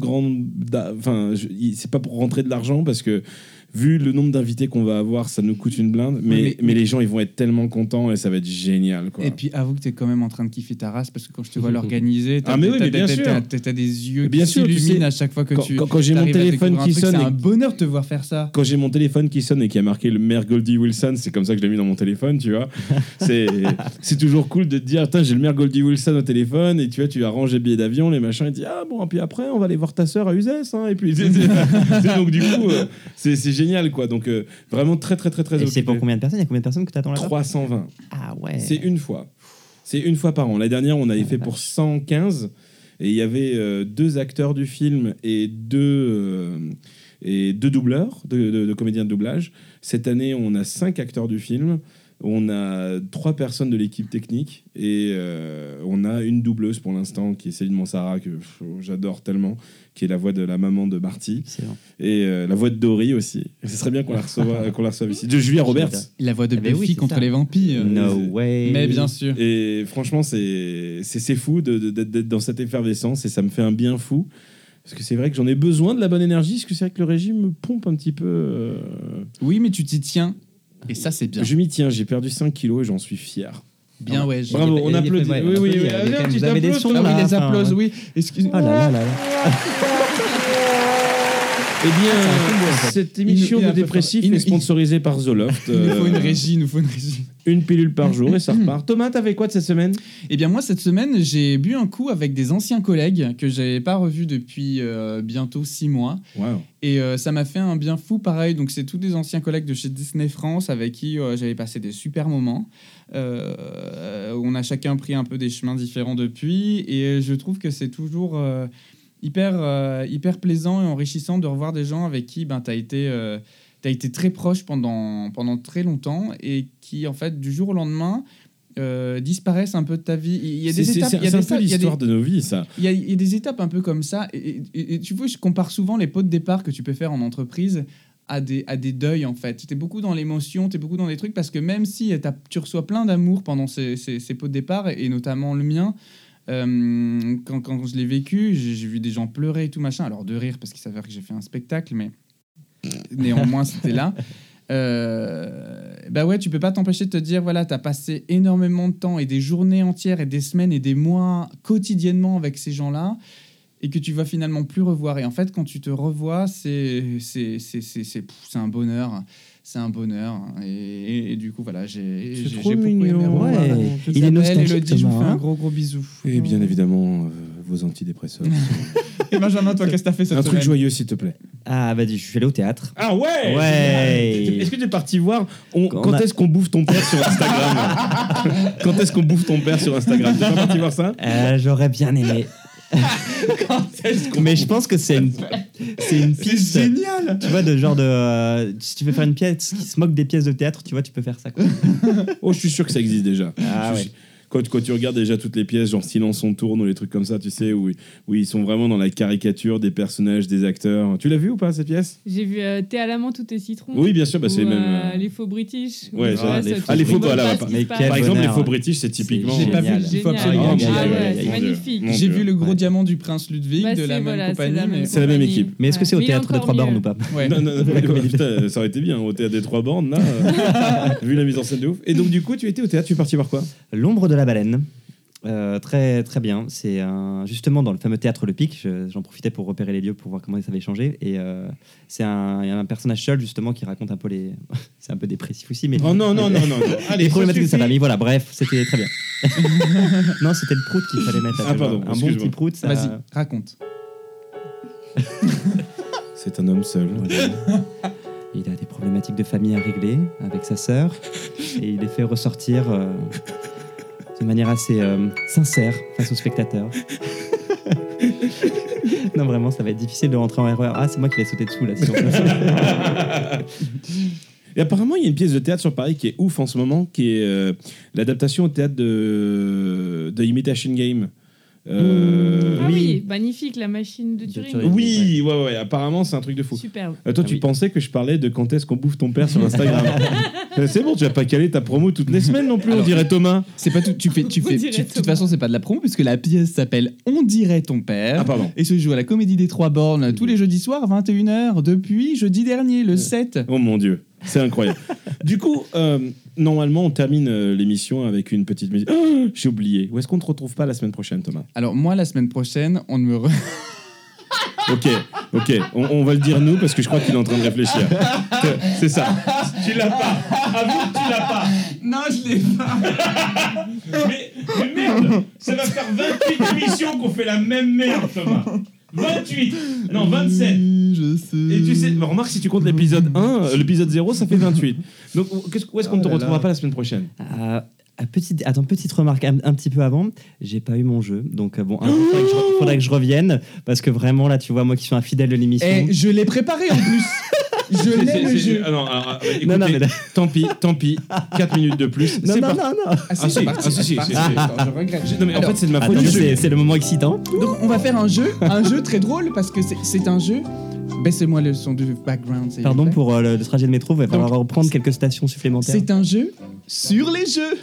c'est pas pour rentrer de l'argent parce que. Vu le nombre d'invités qu'on va avoir, ça nous coûte une blinde, mais les gens ils vont être tellement contents et ça va être génial, quoi. Et puis avoue que t'es quand même en train de kiffer ta race parce que quand je te vois l'organiser, t'as des yeux bien qui sûr, tu s'illuminent sais, à chaque fois que quand j'ai mon téléphone qui sonne, c'est un bonheur de te voir faire ça. Quand j'ai mon téléphone qui sonne et qui a marqué le maire Goldie Wilson, c'est comme ça que je l'ai mis dans mon téléphone, tu vois. C'est toujours cool de te dire, attends, j'ai le maire Goldie Wilson au téléphone et tu vois, tu arranges les billets d'avion, les machins, et tu dis ah bon, et puis après on va aller voir ta sœur à Uzès, hein, et puis donc du coup c'est génial, quoi. Donc vraiment très très très très. Et occupé. c'est pour combien de personnes? Il y a combien de personnes que tu attends là-bas? 320. Ah ouais. C'est une fois par an. La dernière, on avait fait pour 115 et il y avait 2 acteurs du film et 2 doubleurs, de comédiens de doublage. Cette année, on a 5 acteurs du film. On a 3 personnes de l'équipe technique et on a une doubleuse pour l'instant qui est Céline Mansara, que j'adore tellement, qui est la voix de la maman de Marty. Excellent. Et la voix de Dory aussi. Et ce serait bien qu'on la reçoive ici. De Julia Roberts. La voix de Eh ben Buffy oui, c'est contre ça. les vampires. No way. Mais bien sûr. Et franchement, c'est fou d'être dans cette effervescence et ça me fait un bien fou. Parce que c'est vrai que j'en ai besoin de la bonne énergie, parce que c'est vrai que le régime me pompe un petit peu. Oui, mais tu t'y tiens. Et ça, c'est bien. Je m'y tiens, j'ai perdu 5 kilos et j'en suis fier. Bien, ouais. Bravo, on applaudit. Ouais, Oui, oui, applaudit, oui. vous Tu avez des t'applaudes, sons, toi. Ah oui, là, les enfin, applauses, ouais. oui. Excuse-moi. Oh là là là là. Eh bien, cette émission Il de a dépressif une- est sponsorisée par Zoloft. Il nous faut une régie, Une pilule par jour et ça repart. Thomas, t'avais quoi de cette semaine? Eh bien, moi, cette semaine, j'ai bu un coup avec des anciens collègues que j'avais pas revus depuis bientôt 6 mois. Wow. Et ça m'a fait un bien fou, pareil. Donc, c'est tous des anciens collègues de chez Disney France avec qui j'avais passé des super moments. On a chacun pris un peu des chemins différents depuis. Et je trouve que c'est toujours hyper plaisant et enrichissant de revoir des gens avec qui tu as été très proche pendant très longtemps et qui, en fait, du jour au lendemain, disparaissent un peu de ta vie. Il y a des étapes. C'est un peu l'histoire de nos vies, ça. Il y a des étapes un peu comme ça. Et tu vois, je compare souvent les pots de départ que tu peux faire en entreprise à des deuils, en fait. Tu es beaucoup dans l'émotion, tu es beaucoup dans des trucs, parce que même si tu reçois plein d'amour pendant ces pots de départ, et notamment le mien, quand je l'ai vécu, j'ai vu des gens pleurer et tout machin. Alors de rire, parce qu'il s'avère que j'ai fait un spectacle, mais néanmoins, c'était là. Bah ouais, tu peux pas t'empêcher de te dire, voilà, t'as passé énormément de temps et des journées entières et des semaines et des mois quotidiennement avec ces gens-là et que tu vas finalement plus revoir. Et en fait, quand tu te revois, c'est un bonheur. C'est un bonheur. Et du coup, voilà, j'ai trop beaucoup aimé mignon. revoir. Ouais. Toute Il est la belle nostalgique, Élodie, je vous fais Thomas, un hein. gros bisou. Et bien évidemment, vos antidépresseurs. Et Benjamin, toi, qu'est-ce que t'as fait cette Un semaine? truc joyeux, s'il te plaît. Ah, bah, je suis allé au théâtre. Ah ouais. Ouais. Génial. Est-ce que tu es parti voir Quand quand on a- est-ce qu'on bouffe ton père sur Instagram? Quand est-ce qu'on bouffe ton père sur Instagram? T'es pas parti voir ça? J'aurais bien aimé. Mais je pense que c'est une piste. Génial. Tu vois, de genre de. Si tu veux faire une pièce qui se moque des pièces de théâtre, tu vois, tu peux faire ça. Quoi. Oh, je suis sûr que ça existe déjà. Ah Je ouais. suis- Quand tu regardes déjà toutes les pièces, genre Silence on tourne ou les trucs comme ça, tu sais, où ils sont vraiment dans la caricature des personnages, des acteurs. Tu l'as vu ou pas cette pièce? J'ai vu Thé à la menthe, tout est citron. Oui, bien sûr, bah, c'est ou, les mêmes. Les faux british. Ouais, Où, ça, ça, les tu faux- les te faux, demandes voilà, pas par- ce qui se mais passe. quel Par exemple, les bonheur. faux british, c'est typiquement. J'ai pas vu, Génial. il faut absolument. Oh, mon Ah Dieu, ouais, mon c'est Dieu. magnifique. Mon J'ai Dieu. vu le gros Ouais. diamant du prince Ludwig Bah, de la c'est- même voilà, compagnie. mais- C'est la même compagnie. équipe. Mais est-ce que c'est au Mais il est théâtre de encore Trois bornes mieux. ou pas? Ouais. Non, non, non, La comédie. putain, ça aurait été bien, au théâtre des Trois Bornes, là, vu la mise en scène de ouf. Et donc, du coup, tu étais au théâtre, tu es parti voir quoi? L'ombre de la baleine. Très très bien. C'est justement dans le fameux théâtre Le Pic. J'en profitais pour repérer les lieux pour voir comment ça avait changé. Et il y a un personnage seul justement qui raconte un peu les. C'est un peu dépressif aussi, mais Oh non, non, non, non. Allez, les problématiques de sa suffit. famille. Voilà, bref, c'était très bien. Non, c'était le prout qu'il fallait mettre. Ah, pardon, un bon excuse-moi. petit prout. Ça... Vas-y, raconte. C'est un homme seul. Voilà. Il a des problématiques de famille à régler avec sa sœur et il les fait ressortir de manière assez sincère face aux spectateurs. Non, vraiment, ça va être difficile de rentrer en erreur. Ah, c'est moi qui vais sauter dessous là. sinon. Et apparemment, il y a une pièce de théâtre sur Paris qui est ouf en ce moment, qui est l'adaptation au théâtre de Imitation Game. Ah Oui. oui, magnifique, la machine de Turing. Turing. Oui, ouais, apparemment, c'est un truc de fou. Superbe. Toi, Ah tu oui. pensais que je parlais de quand est-ce qu'on bouffe ton père sur Instagram. C'est bon, tu vas pas caler ta promo toutes les semaines non plus, on Alors, dirait Thomas. C'est pas tout. On dirait De toute Thomas. façon, c'est pas de la promo puisque la pièce s'appelle On dirait ton père. Ah, pardon. Et se joue à la Comédie des Trois Bornes tous les jeudis soirs à 21h depuis jeudi dernier, le 7. Oh mon Dieu, c'est incroyable. Du coup, normalement, on termine l'émission avec une petite musique. Oh, j'ai oublié. Où est-ce qu'on ne te retrouve pas la semaine prochaine, Thomas? Alors moi, la semaine prochaine, on ne me... Ok, on va le dire nous parce que je crois qu'il est en train de réfléchir. C'est ça. Tu l'as pas. Avoue que tu l'as pas. Non, je l'ai pas. Mais merde, ça va faire 28 émissions qu'on fait la même merde, Thomas. 28. Non, 27. Je sais. Et tu sais, bah, remarque si tu comptes l'épisode 1, l'épisode 0, ça fait 28. Donc où est-ce qu'on ne te Oh là retrouvera là. pas la semaine prochaine? Petite remarque un petit peu avant, j'ai pas eu mon jeu, donc bon, un jour, faudrait que je revienne parce que vraiment là, tu vois, moi qui suis un fidèle de l'émission. Et je l'ai préparé en plus. Je l'ai le jeu. Ah non, alors, écoutez, Non, mais là- tant pis, 4 minutes de plus. Non, c'est non, parti. non, non. Ah si, Ah, c'est si, parti. ah, si, c'est parti. si. Attends, je regrette. Non mais en Alors, fait c'est de ma faute. Attends, du jeu. c'est le moment excitant. donc on va faire un jeu très drôle parce que c'est un jeu. Baissez-moi le son du background. s'il vous Pardon plaît. pour le trajet de métro, il va falloir Donc, reprendre quelques stations supplémentaires. C'est un jeu sur les jeux.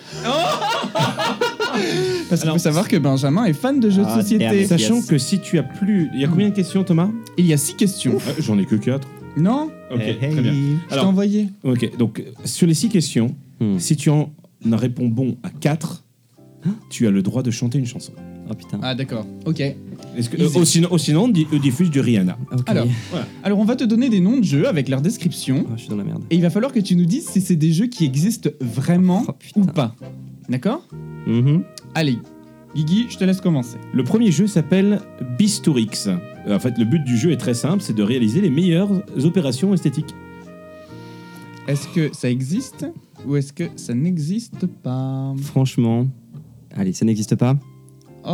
Parce qu'il faut savoir que Benjamin est fan de jeux Ah, de société. merde. Sachant Yes. que si tu as plus, il y a combien de questions, Thomas? Il y a 6 questions. J'en ai que 4. Non, Ok, Hey, très bien. hey. je t'ai Alors, envoyé. ok, donc sur les 6 questions, si tu en réponds bon à 4, tu as le droit de chanter une chanson. Oh putain. Ah d'accord. Ok. Est-ce que, Easy. sinon, on diffuse du Rihanna. Ok. Alors. Alors on va te donner des noms de jeux avec leur description. Oh, je suis dans la merde. Et il va falloir que tu nous dises si c'est des jeux qui existent vraiment Oh, putain. ou pas. D'accord? Mhm. Allez, Guigui, je te laisse commencer. Le premier jeu s'appelle Bistourix. En fait, le but du jeu est très simple, c'est de réaliser les meilleures opérations esthétiques. Est-ce que ça existe ou est-ce que ça n'existe pas? Franchement, allez, ça n'existe pas. Oh,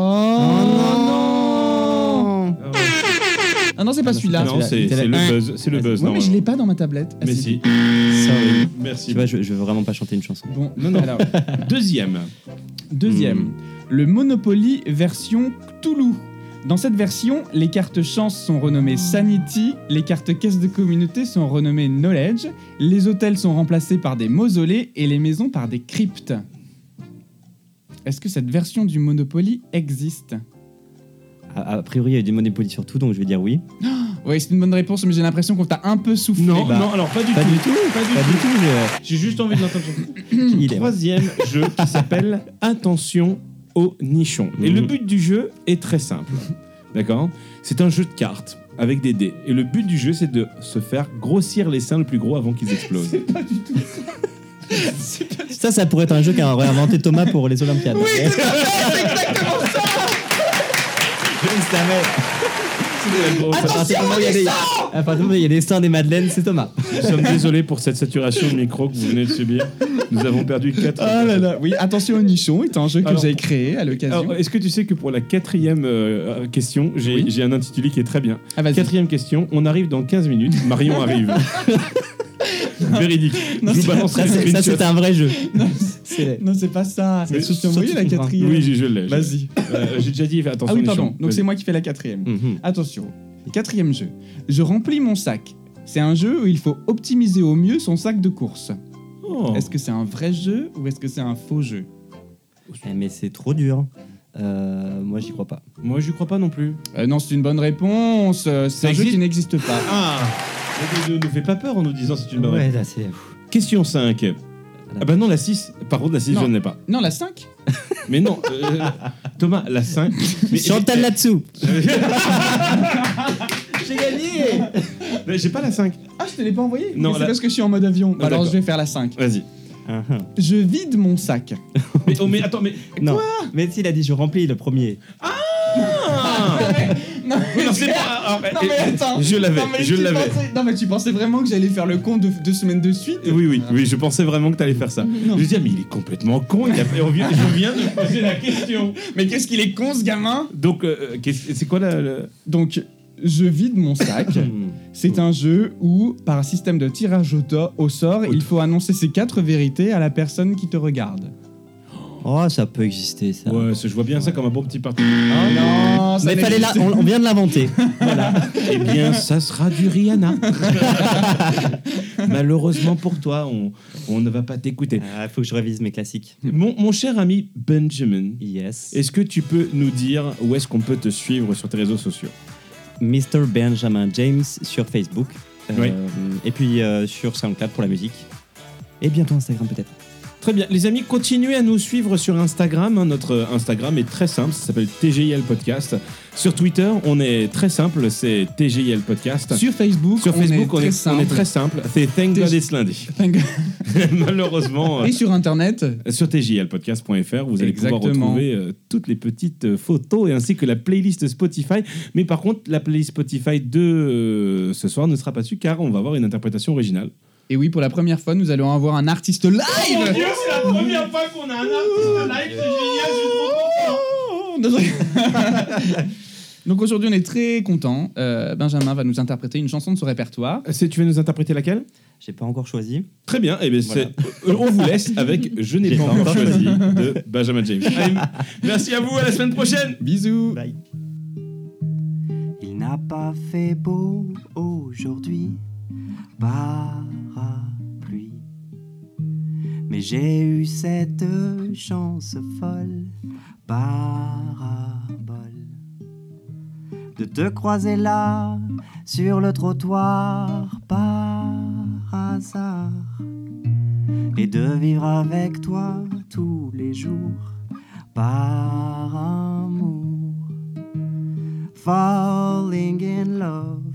non. Ah non, c'est pas celui-là. Non, c'est c'est le la- buzz. C'est le buzz, Ouais, mais je normalement. l'ai pas dans ma tablette. Ah, Mais si. Sorry. Merci. Tu vois, je veux vraiment pas chanter une chanson. Bon, Non, non. alors, Deuxième. deuxième. Le Monopoly version Cthulhu. Dans cette version, les cartes chance sont renommées Sanity, les cartes caisse de communauté sont renommées Knowledge, les hôtels sont remplacés par des mausolées et les maisons par des cryptes. Est-ce que cette version du Monopoly existe? A priori, il y a du Monopoly sur tout, donc je vais dire oui. Oui, c'est une bonne réponse, mais j'ai l'impression qu'on t'a un peu soufflé. Non, bah, non, alors pas du Pas tout. du tout. Pas du Pas tout. du tout. J'ai juste envie de l'entendre. Il est- Troisième jeu qui s'appelle Attention au nichon. Et le but du jeu est très simple. D'accord ? C'est un jeu de cartes avec des dés. Et le but du jeu, c'est de se faire grossir les seins le plus gros avant qu'ils explosent. Ça pourrait être un jeu qu'aurait inventé Thomas pour les Olympiades. Oui, c'est exactement ça. À partir du moment où il y a des seins des Madeleines, c'est Thomas. Nous sommes désolés pour cette saturation de micro que vous venez de subir. Nous avons perdu 4. Ah là là, oui, Attention au nichon est un jeu que Alors, vous avez créé à l'occasion. Alors, est-ce que tu sais que pour la 4e question, j'ai un intitulé qui est très bien. Ah, vas-y. 4e question, on arrive dans 15 minutes, Marion arrive. Véridique. Non, Je vous balance Ça, les c'est screenshots. un vrai jeu. Non, c'est pas ça. C'est Mais Sauce Mouillé, la saute- 4e. Oui, je l'ai. Vas-y. J'ai déjà dit, attention. Ah oui, les pardon. champs. Donc c'est Vas-y. moi qui fais la 4e. Mhm. Attention. 4e jeu. Je remplis mon sac. C'est un jeu où il faut optimiser au mieux son sac de course. Oh. Est-ce que c'est un vrai jeu ou est-ce que c'est un faux jeu? Mais c'est trop dur. Moi, j'y crois pas. Moi, je crois pas non plus. Non, c'est une bonne réponse. C'est Ça un jeu existe qui n'existe pas. Ah, ne nous fais pas peur en nous disant c'est une bonne réponse. Ouais, là, c'est. Question 5. Ah bah non, la 6. Par contre, la 6, Non. je ne l'ai pas. Non, la 5. Mais non, Thomas, la 5. Mais Chantal là-dessous. j'ai gagné. Mais j'ai pas la 5. Ah, je te l'ai pas envoyé. Non, Mais c'est la- parce que je suis en mode avion. Ah, Alors d'accord. je vais faire la 5. Vas-y. Je vide mon sac. Mais attends, mais. Non. Mais s'il a dit je remplis le premier. Ah Non, non, c'est pas. Ah, Non mais attends. Je l'avais, Non, mais je tu l'avais. Non mais tu pensais vraiment que j'allais faire le compte de 2 semaines de suite? Oui, je pensais vraiment que t'allais faire ça. Non. Je me dis, mais il est complètement con. Je viens de poser la question. Mais qu'est-ce qu'il est con ce gamin? Donc, c'est quoi la. Donc je vide mon sac. C'est un jeu où, par un système de tirage au sort, il faut annoncer ces 4 vérités à la personne qui te regarde. Oh, ça peut exister, ça. Ouais, je vois bien ça comme un bon petit parti. Non, ça Mais fallait n'existe- on vient de l'inventer. Voilà. Eh bien, ça sera du Rihanna. Malheureusement pour toi, on ne va pas t'écouter. Faut que je révise mes classiques. Mon cher ami Benjamin, Yes. est-ce que tu peux nous dire où est-ce qu'on peut te suivre sur tes réseaux sociaux? Mr. Benjamin James sur Facebook. Oui. Et puis sur SoundCloud pour la musique. Et bientôt Instagram peut-être. Très bien. Les amis, continuez à nous suivre sur Instagram. Notre Instagram est très simple, ça s'appelle TGIL Podcast. Sur Twitter, on est très simple, c'est TGIL Podcast. Sur Facebook, Sur Facebook, on est simple. très simple, c'est Thank God It's Lundi. Malheureusement, Et sur Internet, sur tjlpodcast.fr, vous allez pouvoir Exactement. retrouver toutes les petites photos et ainsi que la playlist Spotify. Mais par contre, la playlist Spotify de ce soir ne sera pas dessus car on va avoir une interprétation originale. et oui, pour la première fois, nous allons avoir un artiste live. c'est la première fois qu'on a un artiste live, c'est génial, je suis trop content. Donc aujourd'hui, on est très content. Benjamin va nous interpréter une chanson de son répertoire. Tu vas nous interpréter laquelle? J'ai pas encore choisi. Très bien, eh bien, Voilà. on vous laisse avec Je n'ai J'ai pas pas encore encore choisi de Benjamin James. Allez, merci à vous, à la semaine prochaine. Bisous. Bye. Il n'a pas fait beau aujourd'hui, parapluie. Mais j'ai eu cette chance folle, parabole, de te croiser là, sur le trottoir, par hasard, et de vivre avec toi tous les jours, par amour. Falling in love,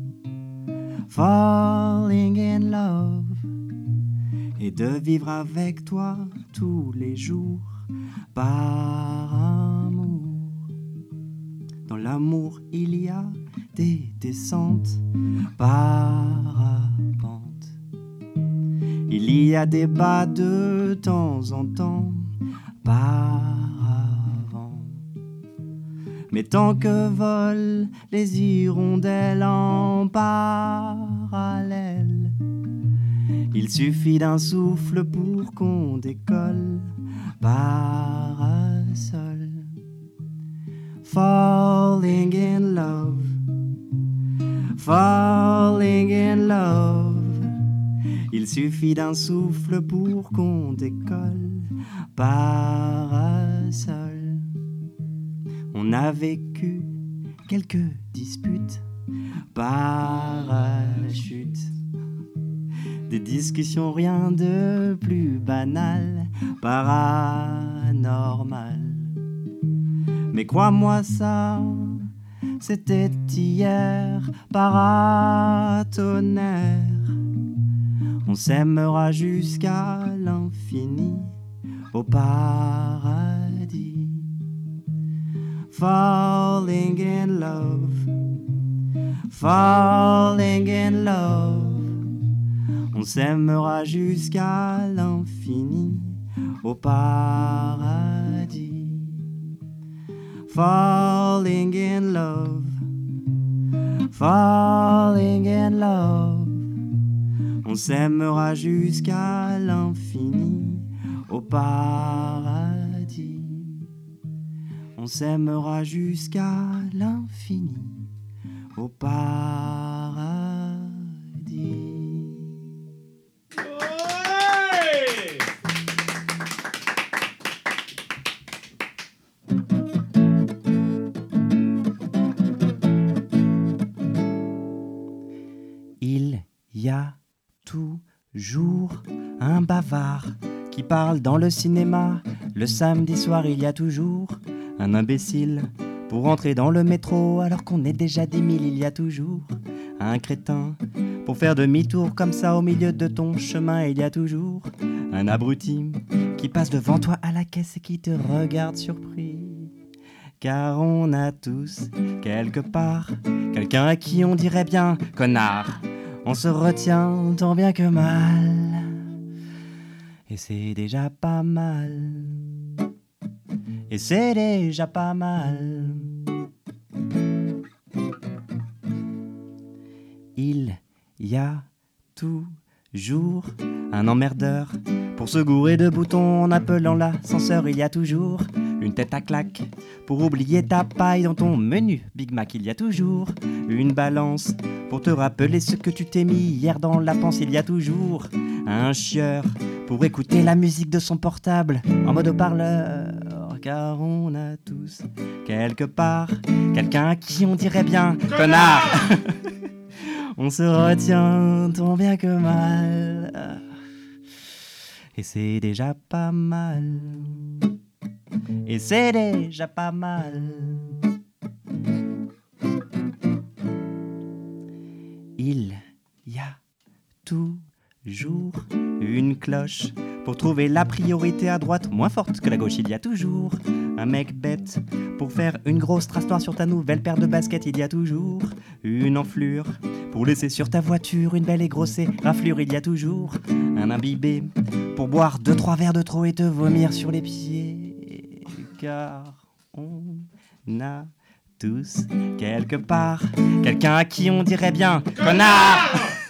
falling in love, et de vivre avec toi tous les jours par amour. Dans l'amour il y a des descentes parapantes, il y a des bas de temps en temps par avant. Mais tant que volent les hirondelles en parallèle, il suffit d'un souffle pour qu'on décolle, parasol. Falling in love, falling in love, il suffit d'un souffle pour qu'on décolle, parasol. On a vécu quelques disputes parachute. Des discussions, rien de plus banal, paranormal. Mais crois-moi ça, c'était hier, paratonnerre. On s'aimera jusqu'à l'infini, au paradis. Falling in love, falling in love. On s'aimera jusqu'à l'infini, au paradis. Falling in love, falling in love. On s'aimera jusqu'à l'infini, au paradis. On s'aimera jusqu'à l'infini, au paradis. Il y a toujours un bavard qui parle dans le cinéma. Le samedi soir, il y a toujours un imbécile pour entrer dans le métro alors qu'on est déjà des mille. Il y a toujours un crétin pour faire demi-tour comme ça au milieu de ton chemin. Il y a toujours un abruti qui passe devant toi à la caisse et qui te regarde surpris. Car on a tous, quelque part, quelqu'un à qui on dirait bien « connard ». On se retient tant bien que mal, et c'est déjà pas mal. Et c'est déjà pas mal. Il y a toujours un emmerdeur pour se gourer de boutons en appelant l'ascenseur. Il y a toujours une tête à claque pour oublier ta paille dans ton menu Big Mac. Il y a toujours une balance pour te rappeler ce que tu t'es mis hier dans la panse. Il y a toujours un chieur pour écouter la musique de son portable en mode haut-parleur. Car on a tous, quelque part, quelqu'un à qui on dirait bien « connard ». On se retient tant bien que mal, et c'est déjà pas mal. Et c'est déjà pas mal. Il y a toujours une cloche pour trouver la priorité à droite moins forte que la gauche. Il y a toujours un mec bête pour faire une grosse trace noire sur ta nouvelle paire de baskets. Il y a toujours une enflure pour laisser sur ta voiture une belle et grosse raflure. Il y a toujours un imbibé pour boire 2-3 verres de trop et te vomir sur les pieds. Car on a tous, quelque part, quelqu'un à qui on dirait bien « connard ».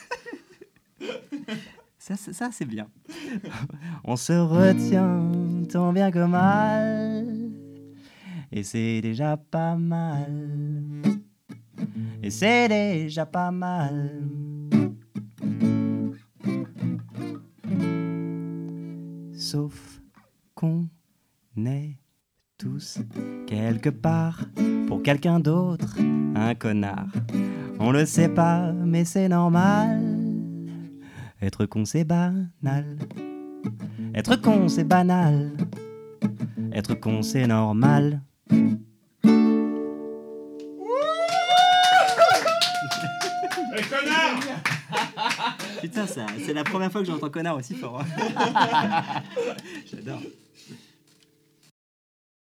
Ça, c'est bien. On se retient tant bien que mal, et c'est déjà pas mal. Et c'est déjà pas mal. Sauf qu'on est tous, quelque part, pour quelqu'un d'autre, un connard. On le sait pas, mais c'est normal. Être con, c'est banal. Être con, c'est banal. Être con, c'est normal. Connard. Putain, c'est la première fois que j'entends connard aussi fort. J'adore.